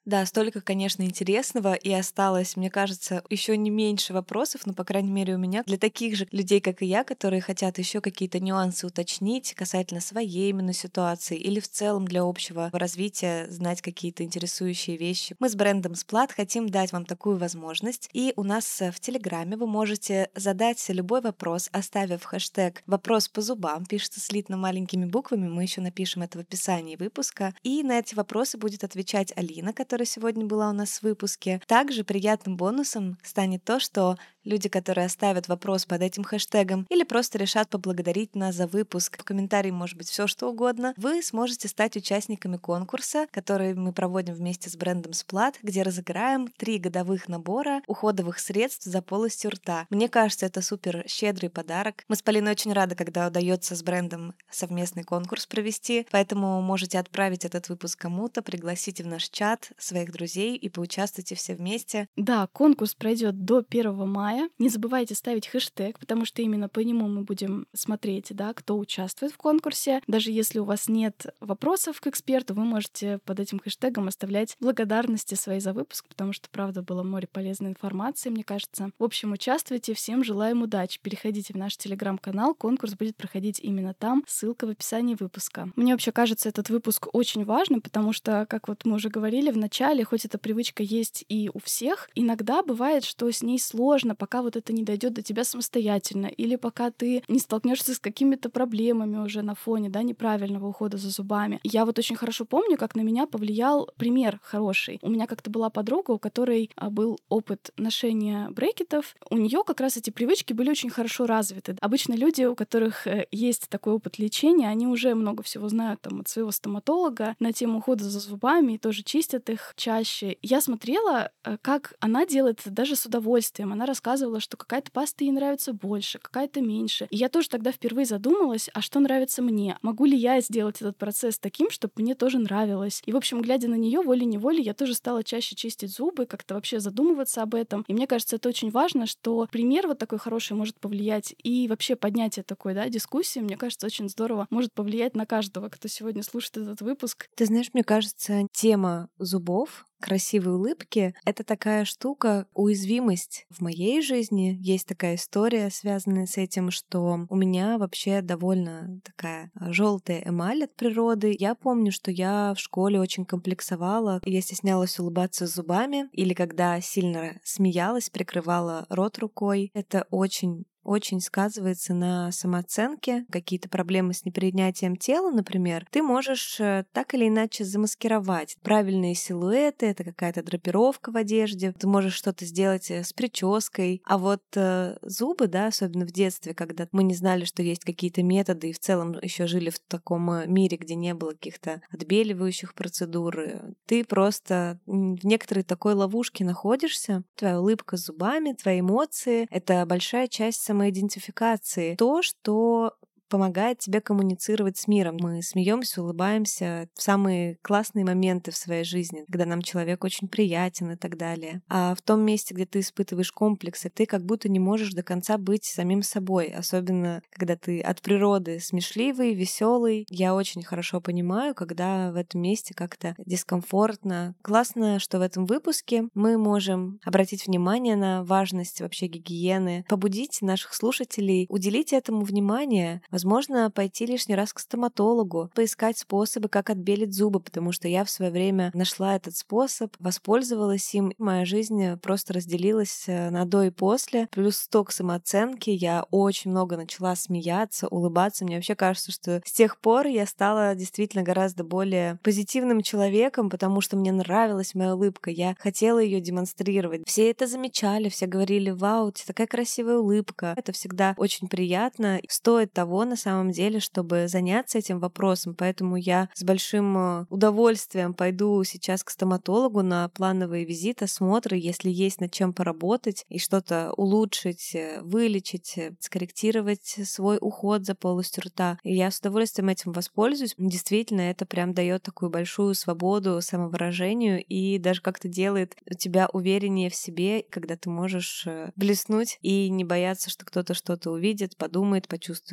Да, столько, конечно, интересного, и осталось, мне кажется, еще не меньше вопросов, но, по крайней мере, у меня для таких же людей, как и я, которые хотят еще какие-то нюансы уточнить касательно своей именно ситуации или в целом для общего развития знать какие-то интересующие вещи. Мы с брендом Сплат хотим дать вам такую возможность, и у нас в Телеграме вы можете задать любой вопрос, оставив хэштег «Вопрос по зубам», пишется слитно маленькими буквами, мы еще напишем это в описании выпуска, и на эти вопросы будет отвечать Алина, которая сегодня была у нас в выпуске. Также приятным бонусом станет то, что люди, которые оставят вопрос под этим хэштегом или просто решат поблагодарить нас за выпуск, в комментарии может быть все что угодно, вы сможете стать участниками конкурса, который мы проводим вместе с брендом Сплат, где разыграем 3 годовых набора уходовых средств за полостью рта. Мне кажется, это супер щедрый подарок. Мы с Полиной очень рады, когда удается с брендом совместный конкурс провести, поэтому можете отправить этот выпуск кому-то, пригласите в наш чат своих друзей и поучаствуйте все вместе. Да, конкурс пройдет до 1 мая. Не забывайте ставить хэштег, потому что именно по нему мы будем смотреть, да, кто участвует в конкурсе. Даже если у вас нет вопросов к эксперту, вы можете под этим хэштегом оставлять благодарности свои за выпуск, потому что, правда, было море полезной информации, мне кажется. В общем, участвуйте, всем желаем удачи. Переходите в наш телеграм-канал, конкурс будет проходить именно там, ссылка в описании выпуска. Мне вообще кажется, этот выпуск очень важным, потому что, как вот мы уже говорили в начале, хоть эта привычка есть и у всех, иногда бывает, что с ней сложно, пока вот это не дойдет до тебя самостоятельно, или пока ты не столкнешься с какими-то проблемами уже на фоне, да, неправильного ухода за зубами. Я вот очень хорошо помню, как на меня повлиял пример хороший. У меня как-то была подруга, у которой был опыт ношения брекетов. У нее как раз эти привычки были очень хорошо развиты. Обычно люди, у которых есть такой опыт лечения, они уже много всего знают там от своего стоматолога на тему ухода за зубами и тоже чистят их чаще. Я смотрела, как она делает это даже с удовольствием. Она рассказывала, что какая-то паста ей нравится больше, какая-то меньше. И я тоже тогда впервые задумалась, а что нравится мне? Могу ли я сделать этот процесс таким, чтобы мне тоже нравилось? И, в общем, глядя на нее волей-неволей, я тоже стала чаще чистить зубы, как-то вообще задумываться об этом. И мне кажется, это очень важно, что пример вот такой хороший может повлиять, и вообще поднятие такой, да, дискуссии, мне кажется, очень здорово может повлиять на каждого, кто сегодня слушает этот выпуск. Ты знаешь, мне кажется, тема зубов, красивые улыбки — это такая штука, уязвимость. В моей жизни есть такая история, связанная с этим, что у меня вообще довольно такая желтая эмаль от природы. Я помню, что я в школе очень комплексовала, я стеснялась улыбаться зубами, или когда сильно смеялась, прикрывала рот рукой. Это очень сказывается на самооценке, какие-то проблемы с непринятием тела, например, ты можешь так или иначе замаскировать. Правильные силуэты, это какая-то драпировка в одежде, ты можешь что-то сделать с прической, а вот зубы, да, особенно в детстве, когда мы не знали, что есть какие-то методы, и в целом еще жили в таком мире, где не было каких-то отбеливающих процедур, ты просто в некоторой такой ловушке находишься, твоя улыбка с зубами, твои эмоции — это большая часть самоидентификации, то, что помогает тебе коммуницировать с миром. Мы смеемся, улыбаемся в самые классные моменты в своей жизни, когда нам человек очень приятен и так далее. А в том месте, где ты испытываешь комплексы, ты как будто не можешь до конца быть самим собой, особенно когда ты от природы смешливый, веселый. Я очень хорошо понимаю, когда в этом месте как-то дискомфортно. Классно, что в этом выпуске мы можем обратить внимание на важность вообще гигиены, побудить наших слушателей уделить этому внимание. Возможно, пойти лишний раз к стоматологу, поискать способы, как отбелить зубы, потому что я в свое время нашла этот способ, воспользовалась им. Моя жизнь просто разделилась на до и после. Плюс 100 к самооценке. Я очень много начала смеяться, улыбаться. Мне вообще кажется, что с тех пор я стала действительно гораздо более позитивным человеком, потому что мне нравилась моя улыбка. Я хотела ее демонстрировать. Все это замечали, все говорили: «Вау, у тебя такая красивая улыбка». Это всегда очень приятно. Стоит того, на самом деле, чтобы заняться этим вопросом. Поэтому я с большим удовольствием пойду сейчас к стоматологу на плановый визит, осмотры, если есть над чем поработать и что-то улучшить, вылечить, скорректировать свой уход за полостью рта. И я с удовольствием этим воспользуюсь. Действительно, это прям дает такую большую свободу самовыражению и даже как-то делает тебя увереннее в себе, когда ты можешь блеснуть и не бояться, что кто-то что-то увидит, подумает, почувствует какой-то запах,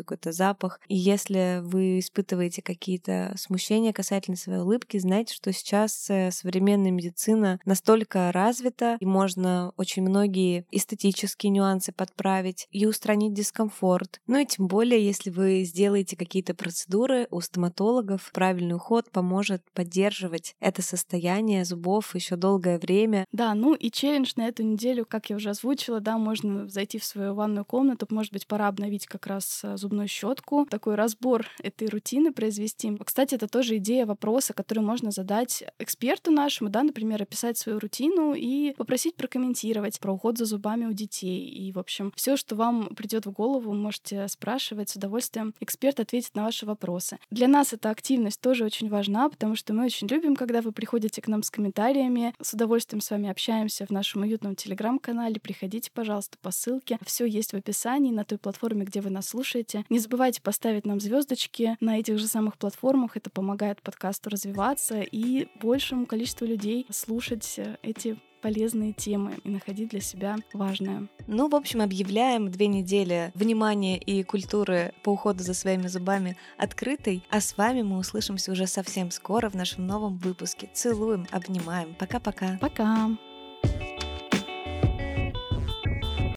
запах. И если вы испытываете какие-то смущения касательно своей улыбки, знайте, что сейчас современная медицина настолько развита, и можно очень многие эстетические нюансы подправить и устранить дискомфорт. Ну и тем более, если вы сделаете какие-то процедуры у стоматологов, правильный уход поможет поддерживать это состояние зубов еще долгое время. Да, ну и челлендж на эту неделю, как я уже озвучила, да, можно зайти в свою ванную комнату, может быть, пора обновить как раз зубную щетку, такой разбор этой рутины произвести. Кстати, это тоже идея вопроса, который можно задать эксперту нашему, да, например, описать свою рутину и попросить прокомментировать про уход за зубами у детей. И, в общем, все, что вам придет в голову, можете спрашивать, с удовольствием эксперт ответит на ваши вопросы. Для нас эта активность тоже очень важна, потому что мы очень любим, когда вы приходите к нам с комментариями. С удовольствием с вами общаемся в нашем уютном телеграм-канале. Приходите, пожалуйста, по ссылке. Все есть в описании на той платформе, где вы нас слушаете. Не забывайте поставить нам звездочки на этих же самых платформах. Это помогает подкасту развиваться и большему количеству людей слушать эти полезные темы и находить для себя важное. Ну, в общем, объявляем 2 недели внимания и культуры по уходу за своими зубами открытой, а с вами мы услышимся уже совсем скоро в нашем новом выпуске. Целуем, обнимаем. Пока-пока. Пока!